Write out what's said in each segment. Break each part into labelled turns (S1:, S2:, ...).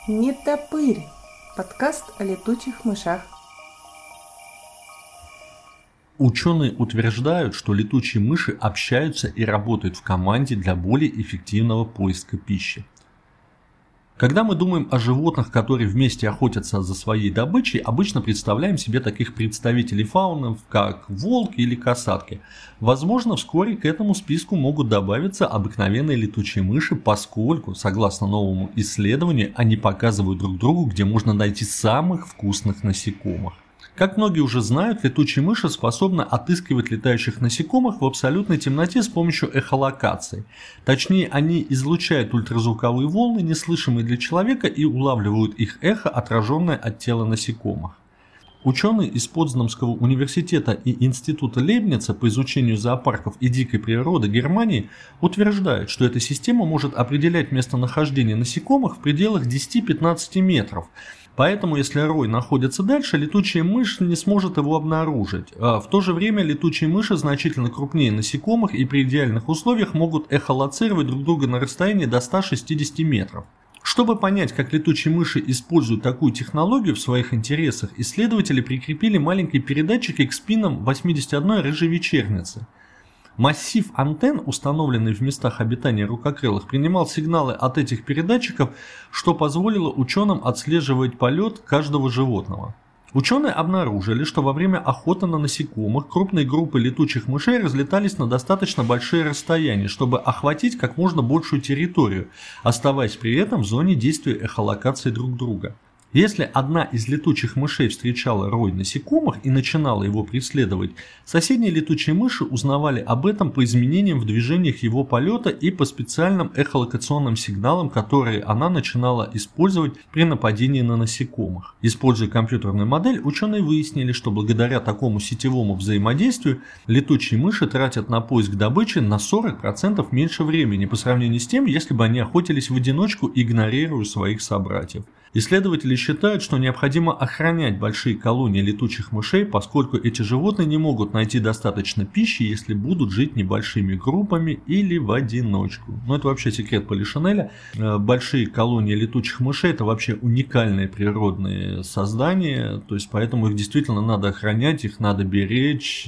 S1: Не топырь. Подкаст о летучих мышах.
S2: Ученые утверждают, что летучие мыши общаются и работают в команде для более эффективного поиска пищи. Когда мы думаем о животных, которые вместе охотятся за своей добычей, обычно представляем себе таких представителей фауны, как волки или касатки. Возможно, вскоре к этому списку могут добавиться обыкновенные летучие мыши, поскольку, согласно новому исследованию, они показывают друг другу, где можно найти самых вкусных насекомых. Как многие уже знают, летучие мыши способны отыскивать летающих насекомых в абсолютной темноте с помощью эхолокации. Точнее, они излучают ультразвуковые волны, неслышимые для человека, и улавливают их эхо, отраженное от тела насекомых. Ученые из Потсдамского университета и Института Лейбница по изучению зоопарков и дикой природы Германии утверждают, что эта система может определять местонахождение насекомых в пределах 10-15 метров. Поэтому, если рой находится дальше, летучая мышь не сможет его обнаружить. А в то же время летучие мыши значительно крупнее насекомых и при идеальных условиях могут эхолоцировать друг друга на расстоянии до 160 метров. Чтобы понять, как летучие мыши используют такую технологию в своих интересах, исследователи прикрепили маленькие передатчики к спинам 81 рыжей вечерницы. Массив антенн, установленный в местах обитания рукокрылых, принимал сигналы от этих передатчиков, что позволило ученым отслеживать полет каждого животного. Ученые обнаружили, что во время охоты на насекомых крупные группы летучих мышей разлетались на достаточно большие расстояния, чтобы охватить как можно большую территорию, оставаясь при этом в зоне действия эхолокации друг друга. Если одна из летучих мышей встречала рой насекомых и начинала его преследовать, соседние летучие мыши узнавали об этом по изменениям в движениях его полета и по специальным эхолокационным сигналам, которые она начинала использовать при нападении на насекомых. Используя компьютерную модель, ученые выяснили, что благодаря такому сетевому взаимодействию летучие мыши тратят на поиск добычи на 40% меньше времени по сравнению с тем, если бы они охотились в одиночку, игнорируя своих собратьев. Исследователи считают, что необходимо охранять большие колонии летучих мышей, поскольку эти животные не могут найти достаточно пищи, если будут жить небольшими группами или в одиночку. Но это вообще секрет Полишинеля. Большие колонии летучих мышей – это вообще уникальные природные создания, то есть поэтому их действительно надо охранять, их надо беречь.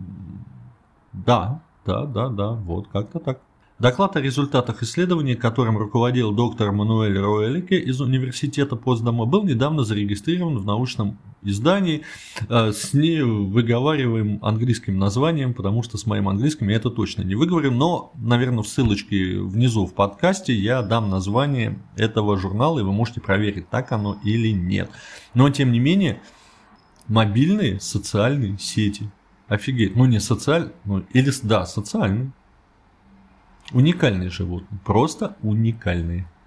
S2: Да, вот как-то так. Доклад о результатах исследования, которым руководил доктор Мануэль Роэлике из университета Потсдама, был недавно зарегистрирован в научном издании с невыговариваемым английским названием, потому что с моим английским я это точно не выговорю, но, наверное, в ссылочке внизу в подкасте я дам название этого журнала, и вы можете проверить, так оно или нет. Но, тем не менее, мобильные социальные сети. Офигеть, ну не социальные, ну или да, социальные. Уникальные животные, просто уникальные.